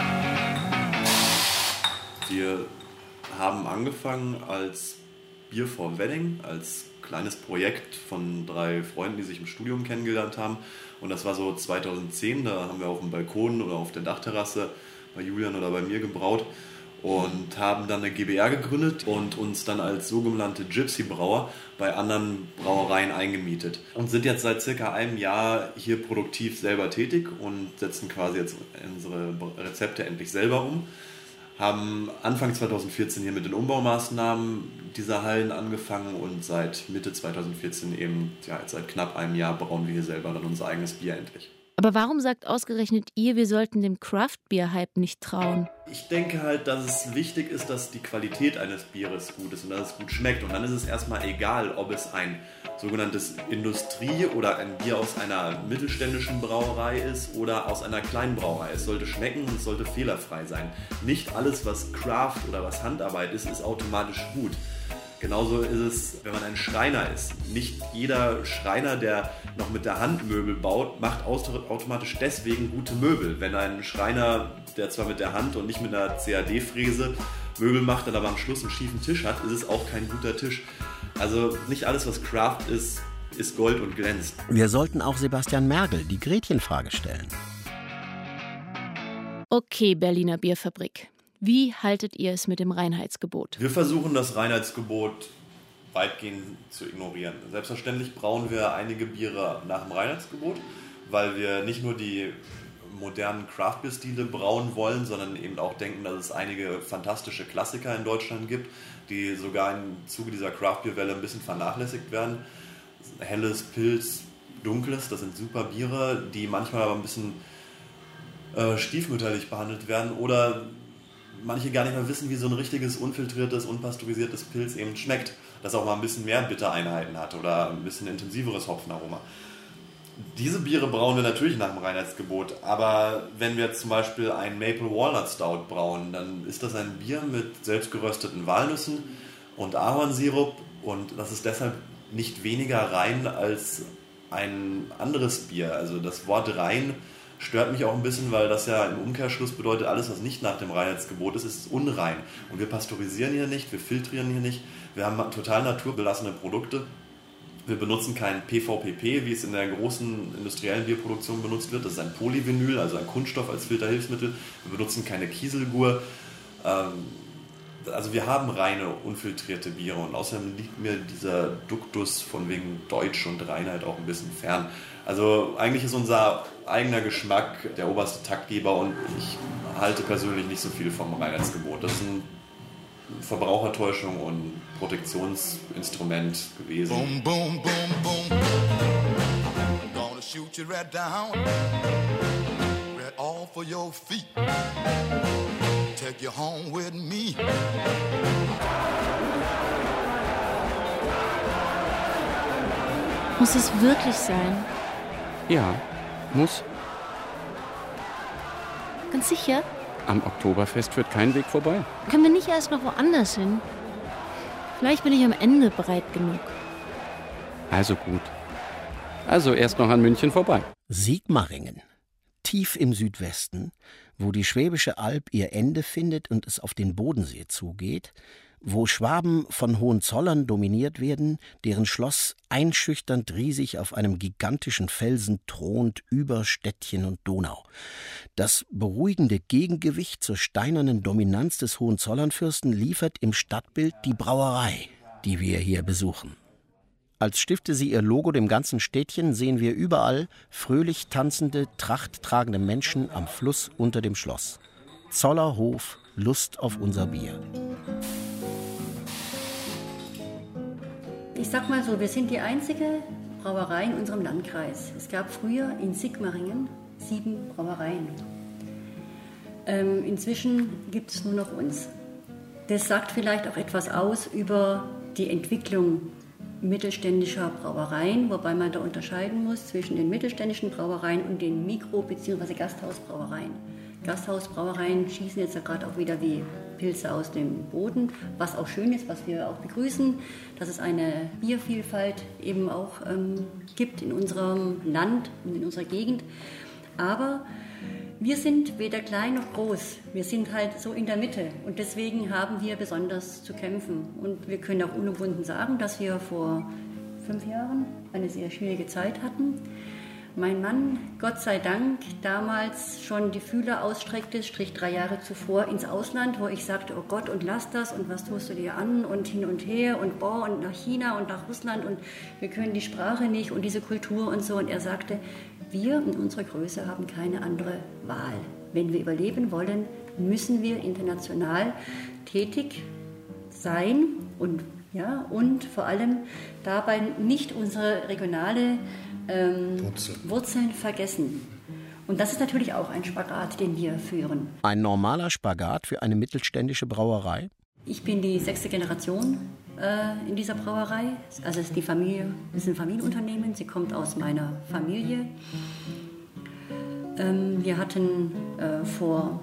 Wir haben angefangen als Bier for Wedding, als kleines Projekt von drei Freunden, die sich im Studium kennengelernt haben. Und das war so zweitausendzehn, da haben wir auf dem Balkon oder auf der Dachterrasse bei Julian oder bei mir gebraut und haben dann eine GbR gegründet und uns dann als sogenannte Gypsy-Brauer bei anderen Brauereien eingemietet. Und sind jetzt seit circa einem Jahr hier produktiv selber tätig und setzen quasi jetzt unsere Rezepte endlich selber um. Haben Anfang zweitausendvierzehn hier mit den Umbaumaßnahmen dieser Hallen angefangen und seit Mitte zweitausendvierzehn eben, ja, jetzt seit knapp einem Jahr brauen wir hier selber dann unser eigenes Bier endlich. Aber warum sagt ausgerechnet ihr, wir sollten dem Craft-Bier-Hype nicht trauen? Ich denke halt, dass es wichtig ist, dass die Qualität eines Bieres gut ist und dass es gut schmeckt. Und dann ist es erstmal egal, ob es ein sogenanntes Industrie- oder ein Bier aus einer mittelständischen Brauerei ist oder aus einer kleinen Brauerei. Es sollte schmecken und es sollte fehlerfrei sein. Nicht alles, was Craft oder was Handarbeit ist, ist automatisch gut. Genauso ist es, wenn man ein Schreiner ist. Nicht jeder Schreiner, der noch mit der Hand Möbel baut, macht automatisch deswegen gute Möbel. Wenn ein Schreiner, der zwar mit der Hand und nicht mit einer C A D-Fräse Möbel macht, dann aber am Schluss einen schiefen Tisch hat, ist es auch kein guter Tisch. Also nicht alles, was Craft ist, ist Gold und glänzt. Wir sollten auch Sebastian Mergel die Gretchenfrage stellen. Okay, Berliner Bierfabrik. Wie haltet ihr es mit dem Reinheitsgebot? Wir versuchen das Reinheitsgebot weitgehend zu ignorieren. Selbstverständlich brauen wir einige Biere nach dem Reinheitsgebot, weil wir nicht nur die modernen Craft-Bier-Stile brauen wollen, sondern eben auch denken, dass es einige fantastische Klassiker in Deutschland gibt, die sogar im Zuge dieser Craft-Bier-Welle ein bisschen vernachlässigt werden. Helles, Pils, Dunkles, das sind super Biere, die manchmal aber ein bisschen äh, stiefmütterlich behandelt werden oder manche gar nicht mehr wissen, wie so ein richtiges, unfiltriertes, unpasteurisiertes Pils eben schmeckt. Das auch mal ein bisschen mehr Bittereinheiten hat oder ein bisschen intensiveres Hopfenaroma. Diese Biere brauen wir natürlich nach dem Reinheitsgebot, aber wenn wir zum Beispiel ein Maple Walnut Stout brauen, dann ist das ein Bier mit selbstgerösteten Walnüssen und Ahornsirup und das ist deshalb nicht weniger rein als ein anderes Bier. Also das Wort rein stört mich auch ein bisschen, weil das ja im Umkehrschluss bedeutet, alles, was nicht nach dem Reinheitsgebot ist, ist unrein. Und wir pasteurisieren hier nicht, wir filtrieren hier nicht, wir haben total naturbelassene Produkte. Wir benutzen kein P V P P, wie es in der großen industriellen Bierproduktion benutzt wird. Das ist ein Polyvinyl, also ein Kunststoff als Filterhilfsmittel. Wir benutzen keine Kieselgur. Also wir haben reine, unfiltrierte Biere und außerdem liegt mir dieser Duktus von wegen Deutsch und Reinheit auch ein bisschen fern. Also eigentlich ist unser eigener Geschmack der oberste Taktgeber und ich halte persönlich nicht so viel vom Reinheitsgebot. Das ist eine Verbrauchertäuschung und Protektionsinstrument gewesen. Boom, boom, boom, boom. Gonna shoot you right down, right off of your feet. Take you home with me. Muss es wirklich sein? Ja, muss. Ganz sicher? Am Oktoberfest führt kein Weg vorbei. Können wir nicht erst noch woanders hin? Vielleicht bin ich am Ende bereit genug. Also gut. Also erst noch an München vorbei. Sigmaringen. Tief im Südwesten, wo die Schwäbische Alb ihr Ende findet und es auf den Bodensee zugeht, wo Schwaben von Hohenzollern dominiert werden, deren Schloss einschüchternd riesig auf einem gigantischen Felsen thront über Städtchen und Donau. Das beruhigende Gegengewicht zur steinernen Dominanz des Hohenzollernfürsten liefert im Stadtbild die Brauerei, die wir hier besuchen. Als stifte sie ihr Logo dem ganzen Städtchen, sehen wir überall fröhlich tanzende, trachttragende Menschen am Fluss unter dem Schloss. Zollerhof, Lust auf unser Bier. Ich sag mal so, wir sind die einzige Brauerei in unserem Landkreis. Es gab früher in Sigmaringen sieben Brauereien. Ähm, inzwischen gibt es nur noch uns. Das sagt vielleicht auch etwas aus über die Entwicklung mittelständischer Brauereien, wobei man da unterscheiden muss zwischen den mittelständischen Brauereien und den Mikro- bzw. Gasthausbrauereien. Gasthausbrauereien schießen jetzt ja gerade auch wieder wie Pilze aus dem Boden, was auch schön ist, was wir auch begrüßen, dass es eine Biervielfalt eben auch ähm, gibt in unserem Land und in unserer Gegend. Aber wir sind weder klein noch groß, wir sind halt so in der Mitte und deswegen haben wir besonders zu kämpfen. Und wir können auch unumwunden sagen, dass wir vor fünf Jahren eine sehr schwierige Zeit hatten. Mein Mann, Gott sei Dank, damals schon die Fühler ausstreckte, strich drei Jahre zuvor ins Ausland, wo ich sagte, oh Gott, und lass das und was tust du dir an und hin und her und boah und nach China und nach Russland und wir können die Sprache nicht und diese Kultur und so. Und er sagte, wir in unserer Größe haben keine andere Wahl. Wenn wir überleben wollen, müssen wir international tätig sein und, ja, und vor allem dabei nicht unsere regionale ähm, Wurzel. Wurzeln vergessen. Und das ist natürlich auch ein Spagat, den wir führen. Ein normaler Spagat für eine mittelständische Brauerei? Ich bin die sechste Generation äh, in dieser Brauerei. Also es ist die Familie, es ist ein Familienunternehmen. Sie kommt aus meiner Familie. Ähm, wir hatten äh, vor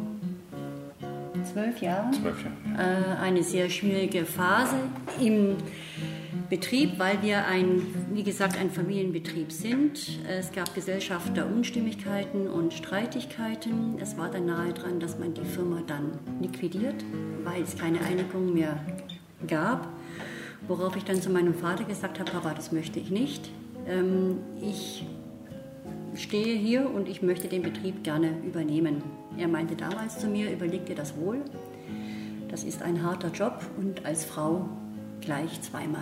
zwölf Jahren, zwölf Jahre. äh, eine sehr schwierige Phase im Betrieb, weil wir ein, wie gesagt, ein Familienbetrieb sind. Es gab Gesellschafterunstimmigkeiten und Streitigkeiten. Es war dann nahe dran, dass man die Firma dann liquidiert, weil es keine Einigung mehr gab. Worauf ich dann zu meinem Vater gesagt habe, Papa, das möchte ich nicht. Ähm, ich stehe hier und ich möchte den Betrieb gerne übernehmen. Er meinte damals zu mir, überleg dir das wohl. Das ist ein harter Job und als Frau gleich zweimal.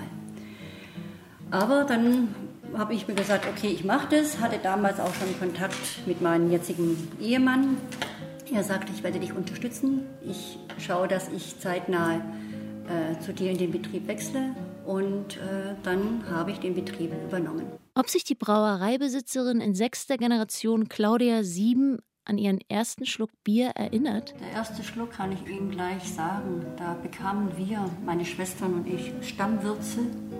Aber dann habe ich mir gesagt, okay, ich mache das. Hatte damals auch schon Kontakt mit meinem jetzigen Ehemann. Er sagte, ich werde dich unterstützen. Ich schaue, dass ich zeitnah äh, zu dir in den Betrieb wechsle. Und äh, dann habe ich den Betrieb übernommen. Ob sich die Brauereibesitzerin in sechster Generation Claudia Sieben an ihren ersten Schluck Bier erinnert? Der erste Schluck kann ich Ihnen gleich sagen. Da bekamen wir, meine Schwestern und ich, Stammwürze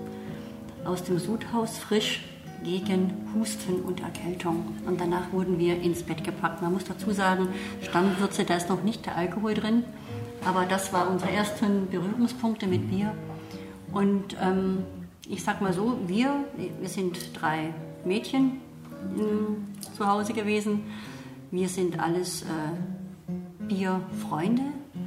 aus dem Sudhaus frisch gegen Husten und Erkältung. Und danach wurden wir ins Bett gepackt. Man muss dazu sagen, Stammwürze, da ist noch nicht der Alkohol drin. Aber das waren unsere ersten Berührungspunkte mit Bier. Und ähm, ich sag mal so, wir, wir sind drei Mädchen äh, zu Hause gewesen. Wir sind alles äh, Bierfreunde,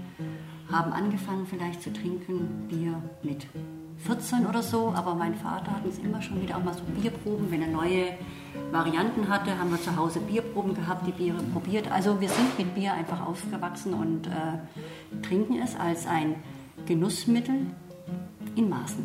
haben angefangen vielleicht zu trinken Bier mit vierzehn oder so, aber mein Vater hat uns immer schon wieder auch mal so Bierproben, wenn er neue Varianten hatte, haben wir zu Hause Bierproben gehabt, die Biere probiert. Also wir sind mit Bier einfach aufgewachsen und äh, trinken es als ein Genussmittel in Maßen.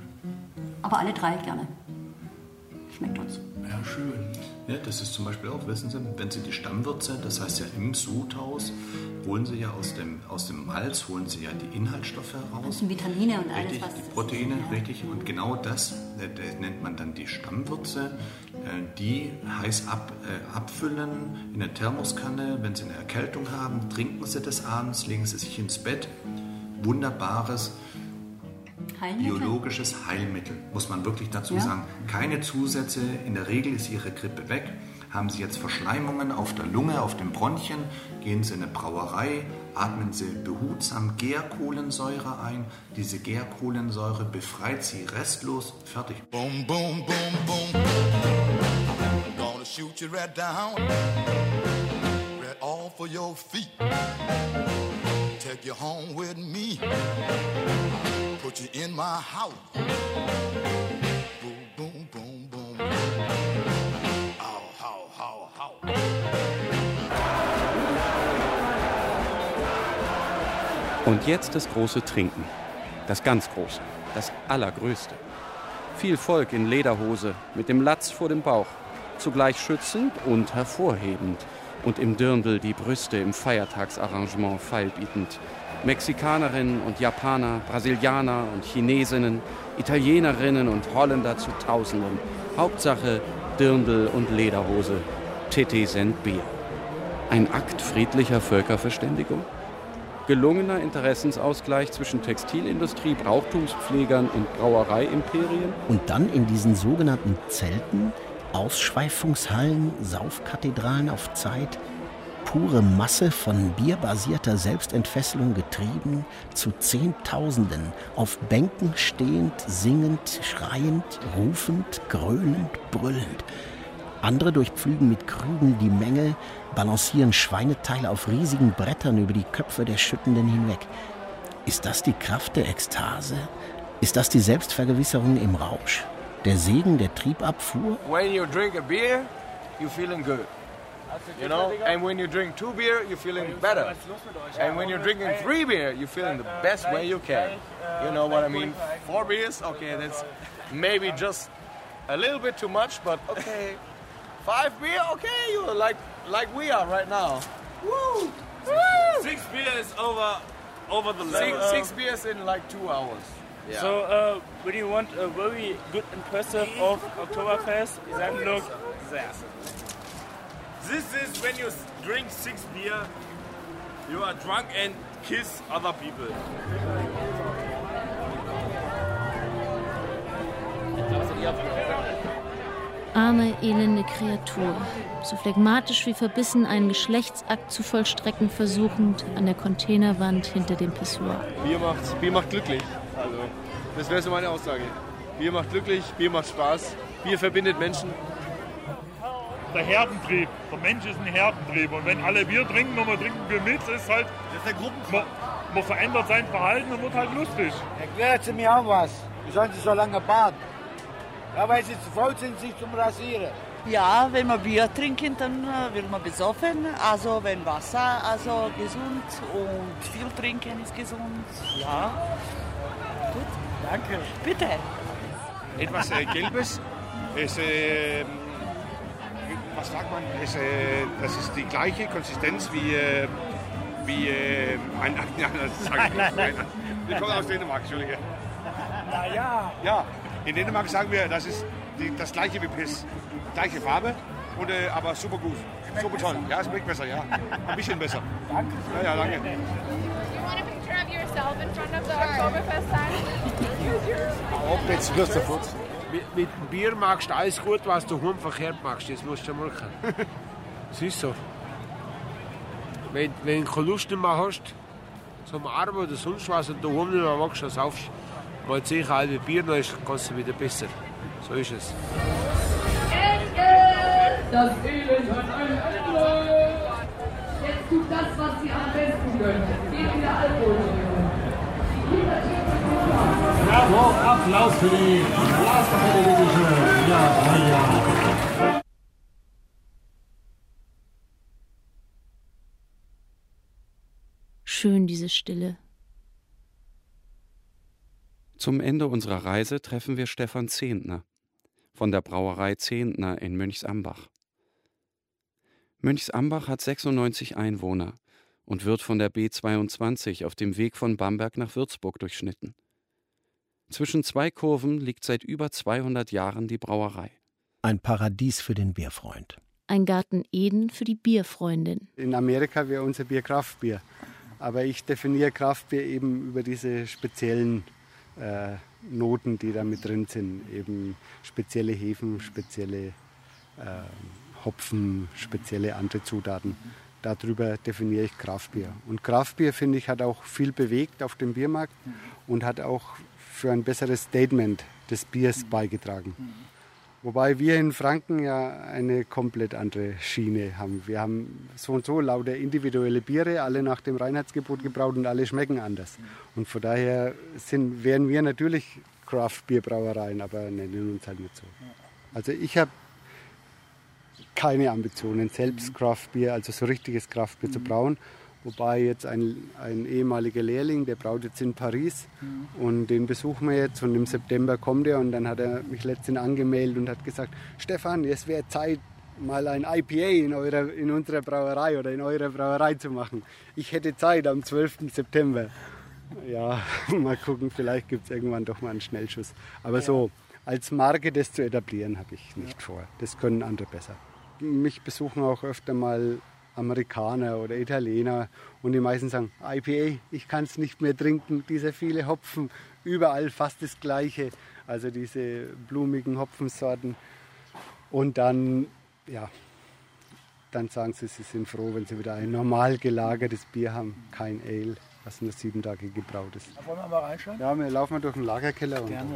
Aber alle drei gerne. Schmeckt uns. Ja, schön. Ja, das ist zum Beispiel auch, wissen Sie, wenn Sie die Stammwürze, das heißt ja im Sudhaus, holen Sie ja aus dem, aus dem Malz, holen Sie ja die Inhaltsstoffe heraus. Das sind Vitamine und alles, richtig, was... Die Proteine, ja. Richtig. Und genau das, das nennt man dann die Stammwürze. Die heiß ab, äh, abfüllen in eine Thermoskanne. Wenn Sie eine Erkältung haben, trinken Sie das abends, legen Sie sich ins Bett. Wunderbares Heilmittel. Biologisches Heilmittel, muss man wirklich dazu ja. sagen. Keine Zusätze, in der Regel ist Ihre Grippe weg. Haben Sie jetzt Verschleimungen auf der Lunge, auf den Bronchien, gehen Sie in eine Brauerei, atmen Sie behutsam Gärkohlensäure ein. Diese Gärkohlensäure befreit Sie restlos. Fertig. Boom, boom, boom, boom. Gonna shoot you right down. Right off of your feet. Take you home with me. Put you in my house. Boom, boom, boom, boom. Ow, how, how, how. Und jetzt das große Trinken. Das ganz große, das allergrößte. Viel Volk in Lederhose, mit dem Latz vor dem Bauch. Zugleich schützend und hervorhebend. Und im Dirndl die Brüste im Feiertagsarrangement feilbietend. Mexikanerinnen und Japaner, Brasilianer und Chinesinnen, Italienerinnen und Holländer zu Tausenden. Hauptsache Dirndl und Lederhose. Titties and Bier. Ein Akt friedlicher Völkerverständigung? Gelungener Interessensausgleich zwischen Textilindustrie, Brauchtumspflegern und Brauereiimperien. Und dann in diesen sogenannten Zelten, Ausschweifungshallen, Saufkathedralen auf Zeit, pure Masse von bierbasierter Selbstentfesselung getrieben, zu Zehntausenden, auf Bänken stehend, singend, schreiend, rufend, grölend, brüllend. Andere durchpflügen mit Krügen die Menge, balancieren Schweineteile auf riesigen Brettern über die Köpfe der Schüttenden hinweg. Ist das die Kraft der Ekstase? Ist das die Selbstvergewisserung im Rausch? Der Segen der Triebabfuhr? When you drink a beer, you're feeling good. You know, and when you drink two beer, you're feeling better. And when you're drinking three beer, you're feeling the best way you can. You know what I mean? Four beers, okay, that's maybe just a little bit too much, but okay. Five beer, okay, you're like like we are right now. Woo! Woo! Six beer is over over the Six, level. six beers in like two hours. Yeah. So, uh, when you want a very good impressive of Oktoberfest, then look there. This is when you drink six beer, you are drunk and kiss other people. Arme, elende Kreatur, so phlegmatisch wie verbissen einen Geschlechtsakt zu vollstrecken versuchend an der Containerwand hinter dem Pissoir. Bier macht, Bier macht glücklich. Also, das wäre so meine Aussage. Bier macht glücklich, Bier macht Spaß, Bier verbindet Menschen. Der Herdentrieb. Der Mensch ist ein Herdentrieb. Und wenn alle Bier trinken und man trinkt Bier mit, ist halt. Das ist der Gruppenkampf. Man, man verändert sein Verhalten und wird halt lustig. Erklärt sie mir auch was. Wie sollen sie so lange baden? Ja, weil sie zu faul sind, sich zum Rasieren. Ja, wenn wir Bier trinken, dann äh, wird man besoffen. Also wenn Wasser, also gesund und viel trinken ist gesund. Ja. Gut. Danke. Bitte. Etwas äh, Gelbes ist, äh, was sagt man, ist, äh, das ist die gleiche Konsistenz wie, äh, wie äh, ein, ja, das sag ich nicht. Nein, nein. Wir kommen aus Dänemark, Entschuldige. Na ja. Ja, in Dänemark sagen wir, das ist die, das gleiche wie Piss. Gleiche Farbe, und, äh, aber super gut. Super toll. Ja, es schmeckt besser, ja. Ein bisschen besser. Danke. Ja, ja, danke. Do you want a picture of yourself in front of the Oktoberfest sign? Ob jetzt wirst du sofort. Mit, mit dem Bier magst du alles gut, was du heim verkehrt magst. Das musst du merken. Das ist so. Wenn, wenn du keine Lust mehr hast, zum Arm oder sonst was, und du heim nicht mehr magst, dann saufst du mal zehn halbe Bier, dann kannst du wieder besser. So ist es. Das Elend hat ein Ende. Jetzt tut das, was sie am besten können. Geht wieder Alkohol. Bravo, Applaus für die Glaskapelle, bitte schön. Ja, ja. Schön, diese Stille. Zum Ende unserer Reise treffen wir Stefan Zehntner von der Brauerei Zehntner in Mönchsambach. Mönchsambach hat sechsundneunzig Einwohner und wird von der B zweiundzwanzig auf dem Weg von Bamberg nach Würzburg durchschnitten. Zwischen zwei Kurven liegt seit über zweihundert Jahren die Brauerei. Ein Paradies für den Bierfreund. Ein Garten Eden für die Bierfreundin. In Amerika wäre unser Bier Kraftbier. Aber ich definiere Kraftbier eben über diese speziellen äh, Noten, die da mit drin sind. Eben spezielle Hefen, spezielle äh, Hopfen, spezielle andere Zutaten. Darüber definiere ich Kraftbier. Und Kraftbier, finde ich, hat auch viel bewegt auf dem Biermarkt und hat auch für ein besseres Statement des Biers beigetragen. Wobei wir in Franken ja eine komplett andere Schiene haben. Wir haben so und so lauter individuelle Biere, alle nach dem Reinheitsgebot gebraut und alle schmecken anders. Und von daher sind, wären wir natürlich Craft-Bierbrauereien, aber nennen uns halt nicht so. Also ich habe keine Ambitionen, selbst Craft-Bier, also so richtiges Craft-Bier zu brauen. Wobei jetzt ein, ein ehemaliger Lehrling, der braut jetzt in Paris und den besuchen wir jetzt und im September kommt er und dann hat er mich letztens angemeldet und hat gesagt, Stefan, es wäre Zeit, mal ein I P A in, eurer, in unserer Brauerei oder in eurer Brauerei zu machen. Ich hätte Zeit am zwölften September. Ja, mal gucken, vielleicht gibt es irgendwann doch mal einen Schnellschuss. Aber ja. So, als Marke das zu etablieren, habe ich nicht ja. vor. Das können andere besser. Mich besuchen auch öfter mal Amerikaner oder Italiener. Und die meisten sagen, I P A, ich kann es nicht mehr trinken, diese viele Hopfen, überall fast das Gleiche, also diese blumigen Hopfensorten. Und dann, ja, dann sagen sie, sie sind froh, wenn sie wieder ein normal gelagertes Bier haben, kein Ale, was nur sieben Tage gebraut ist. Wollen wir mal reinschauen? Ja, wir laufen mal durch den Lagerkeller. Gerne.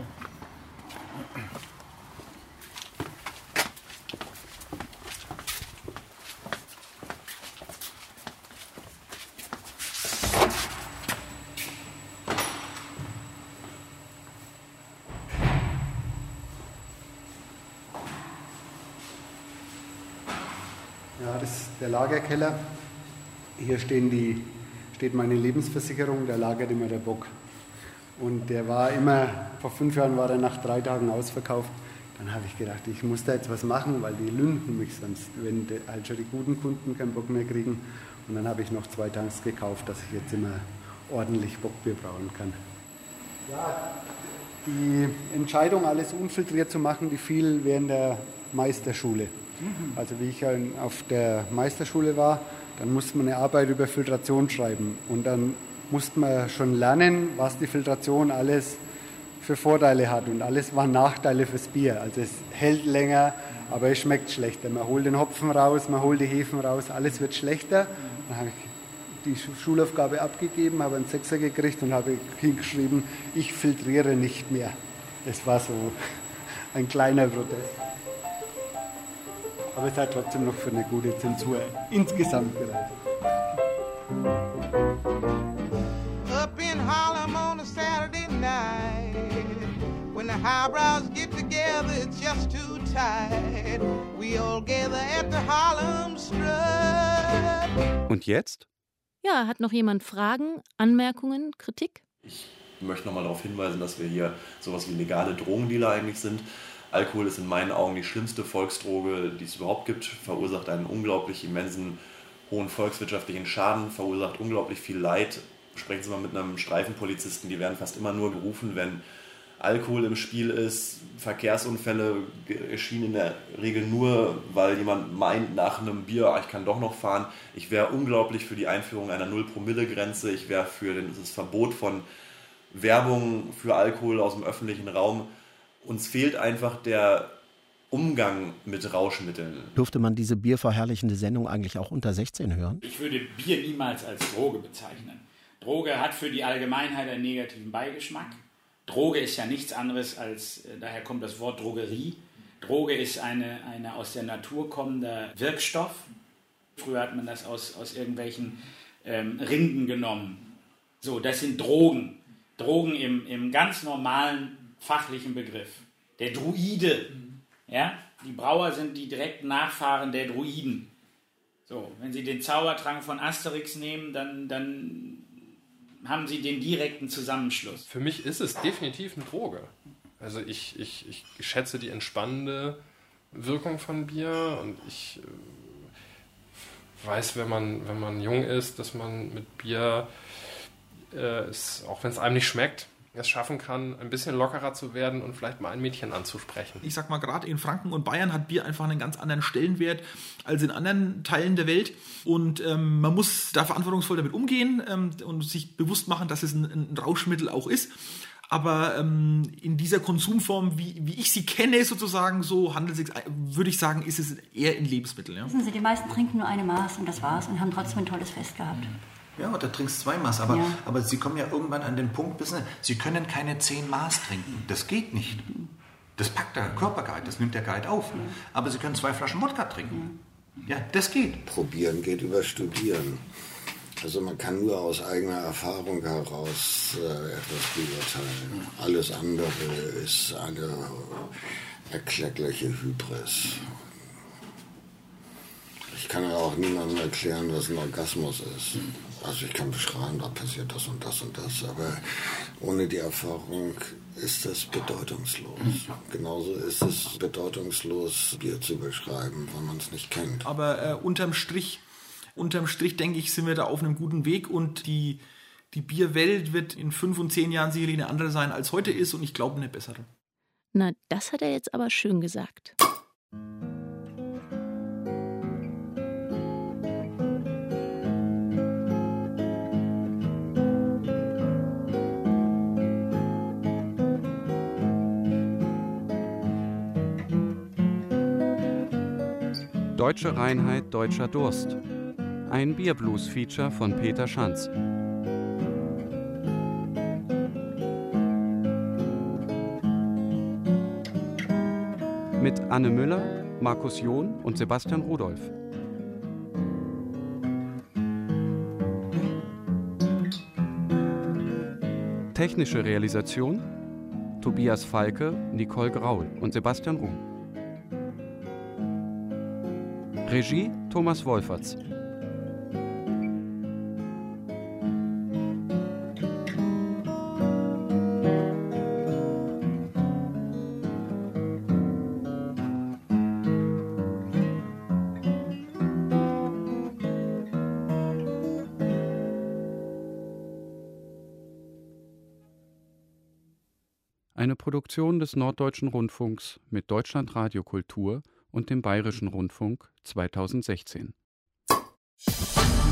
Ja, das ist der Lagerkeller. Hier stehen die, steht meine Lebensversicherung, da lagert immer der Bock. Und der war immer, vor fünf Jahren war er nach drei Tagen ausverkauft. Dann habe ich gedacht, ich muss da jetzt was machen, weil die lünden mich sonst, wenn die, also die guten Kunden keinen Bock mehr kriegen. Und dann habe ich noch zwei Tanks gekauft, dass ich jetzt immer ordentlich Bockbier brauen kann. Ja, die Entscheidung, alles unfiltriert zu machen, die fiel während der Meisterschule. Also wie ich auf der Meisterschule war, dann musste man eine Arbeit über Filtration schreiben. Und dann musste man schon lernen, was die Filtration alles für Vorteile hat. Und alles waren Nachteile fürs Bier. Also es hält länger, aber es schmeckt schlechter. Man holt den Hopfen raus, man holt die Hefen raus, alles wird schlechter. Dann habe ich die Schulaufgabe abgegeben, habe einen Sechser gekriegt und habe hingeschrieben, ich filtriere nicht mehr. Das war so ein kleiner Protest. Aber es hat trotzdem noch für eine gute Zensur insgesamt gereicht. Up in Harlem on a Saturday night, when the highbrows get together, it's just too tight. We all gather at the Harlem Strut. Und jetzt? Ja, hat noch jemand Fragen, Anmerkungen, Kritik? Ich möchte noch mal darauf hinweisen, dass wir hier sowas wie legale Drogendealer eigentlich sind. Alkohol ist in meinen Augen die schlimmste Volksdroge, die es überhaupt gibt, verursacht einen unglaublich immensen, hohen volkswirtschaftlichen Schaden, verursacht unglaublich viel Leid. Sprechen Sie mal mit einem Streifenpolizisten, die werden fast immer nur gerufen, wenn Alkohol im Spiel ist. Verkehrsunfälle geschehen in der Regel nur, weil jemand meint nach einem Bier, ah, ich kann doch noch fahren. Ich wäre unglaublich für die Einführung einer Null-Promille-Grenze. Ich wäre für das Verbot von Werbung für Alkohol aus dem öffentlichen Raum. Uns fehlt einfach der Umgang mit Rauschmitteln. Durfte man diese bierverherrlichende Sendung eigentlich auch unter sechzehn hören? Ich würde Bier niemals als Droge bezeichnen. Droge hat für die Allgemeinheit einen negativen Beigeschmack. Droge ist ja nichts anderes als, daher kommt das Wort Drogerie. Droge ist eine, eine aus der Natur kommender Wirkstoff. Früher hat man das aus, aus irgendwelchen ähm, Rinden genommen. So, das sind Drogen. Drogen im, im ganz normalen fachlichen Begriff. Der Druide. Ja? Die Brauer sind die direkten Nachfahren der Druiden. So, wenn Sie den Zaubertrank von Asterix nehmen, dann, dann haben Sie den direkten Zusammenschluss. Für mich ist es definitiv eine Droge. Also ich, ich, ich schätze die entspannende Wirkung von Bier und ich äh, weiß, wenn man, wenn man jung ist, dass man mit Bier, äh, es, auch wenn es einem nicht schmeckt, es schaffen kann, ein bisschen lockerer zu werden und vielleicht mal ein Mädchen anzusprechen. Ich sag mal, gerade in Franken und Bayern hat Bier einfach einen ganz anderen Stellenwert als in anderen Teilen der Welt. Und ähm, man muss da verantwortungsvoll damit umgehen ähm, und sich bewusst machen, dass es ein, ein Rauschmittel auch ist. Aber ähm, in dieser Konsumform, wie, wie ich sie kenne, sozusagen, so handelt es sich, würde ich sagen, ist es eher ein Lebensmittel. Ja? Wissen Sie, die meisten trinken nur eine Maß und das war's und haben trotzdem ein tolles Fest gehabt. Ja, und da trinkst du zwei Maß. Aber, ja. aber Sie kommen ja irgendwann an den Punkt, wissen Sie, Sie können keine zehn Maß trinken. Das geht nicht. Das packt der Körperguide, das nimmt der Guide auf. Ja. Aber Sie können zwei Flaschen Wodka trinken. Ja, das geht. Probieren geht über Studieren. Also man kann nur aus eigener Erfahrung heraus äh, etwas beurteilen. Alles andere ist eine erkleckliche Hybris. Ich kann ja auch niemandem erklären, was ein Orgasmus ist. Also ich kann beschreiben, da passiert das und das und das, aber ohne die Erfahrung ist das bedeutungslos. Genauso ist es bedeutungslos, Bier zu beschreiben, wenn man es nicht kennt. Aber äh, unterm Strich, unterm Strich, denke ich, sind wir da auf einem guten Weg und die, die Bierwelt wird in fünf und zehn Jahren sicherlich eine andere sein, als heute ist und ich glaube eine bessere. Na, das hat er jetzt aber schön gesagt. Deutsche Reinheit, deutscher Durst. Ein Bierblues-Feature von Peter Schanz. Mit Anne Müller, Markus John und Sebastian Rudolph. Technische Realisation Tobias Falke, Nicole Graul und Sebastian Ruhm. Regie Thomas Wolferts. Eine Produktion des Norddeutschen Rundfunks mit Deutschlandradio Kultur und dem Bayerischen Rundfunk zweitausendsechzehn.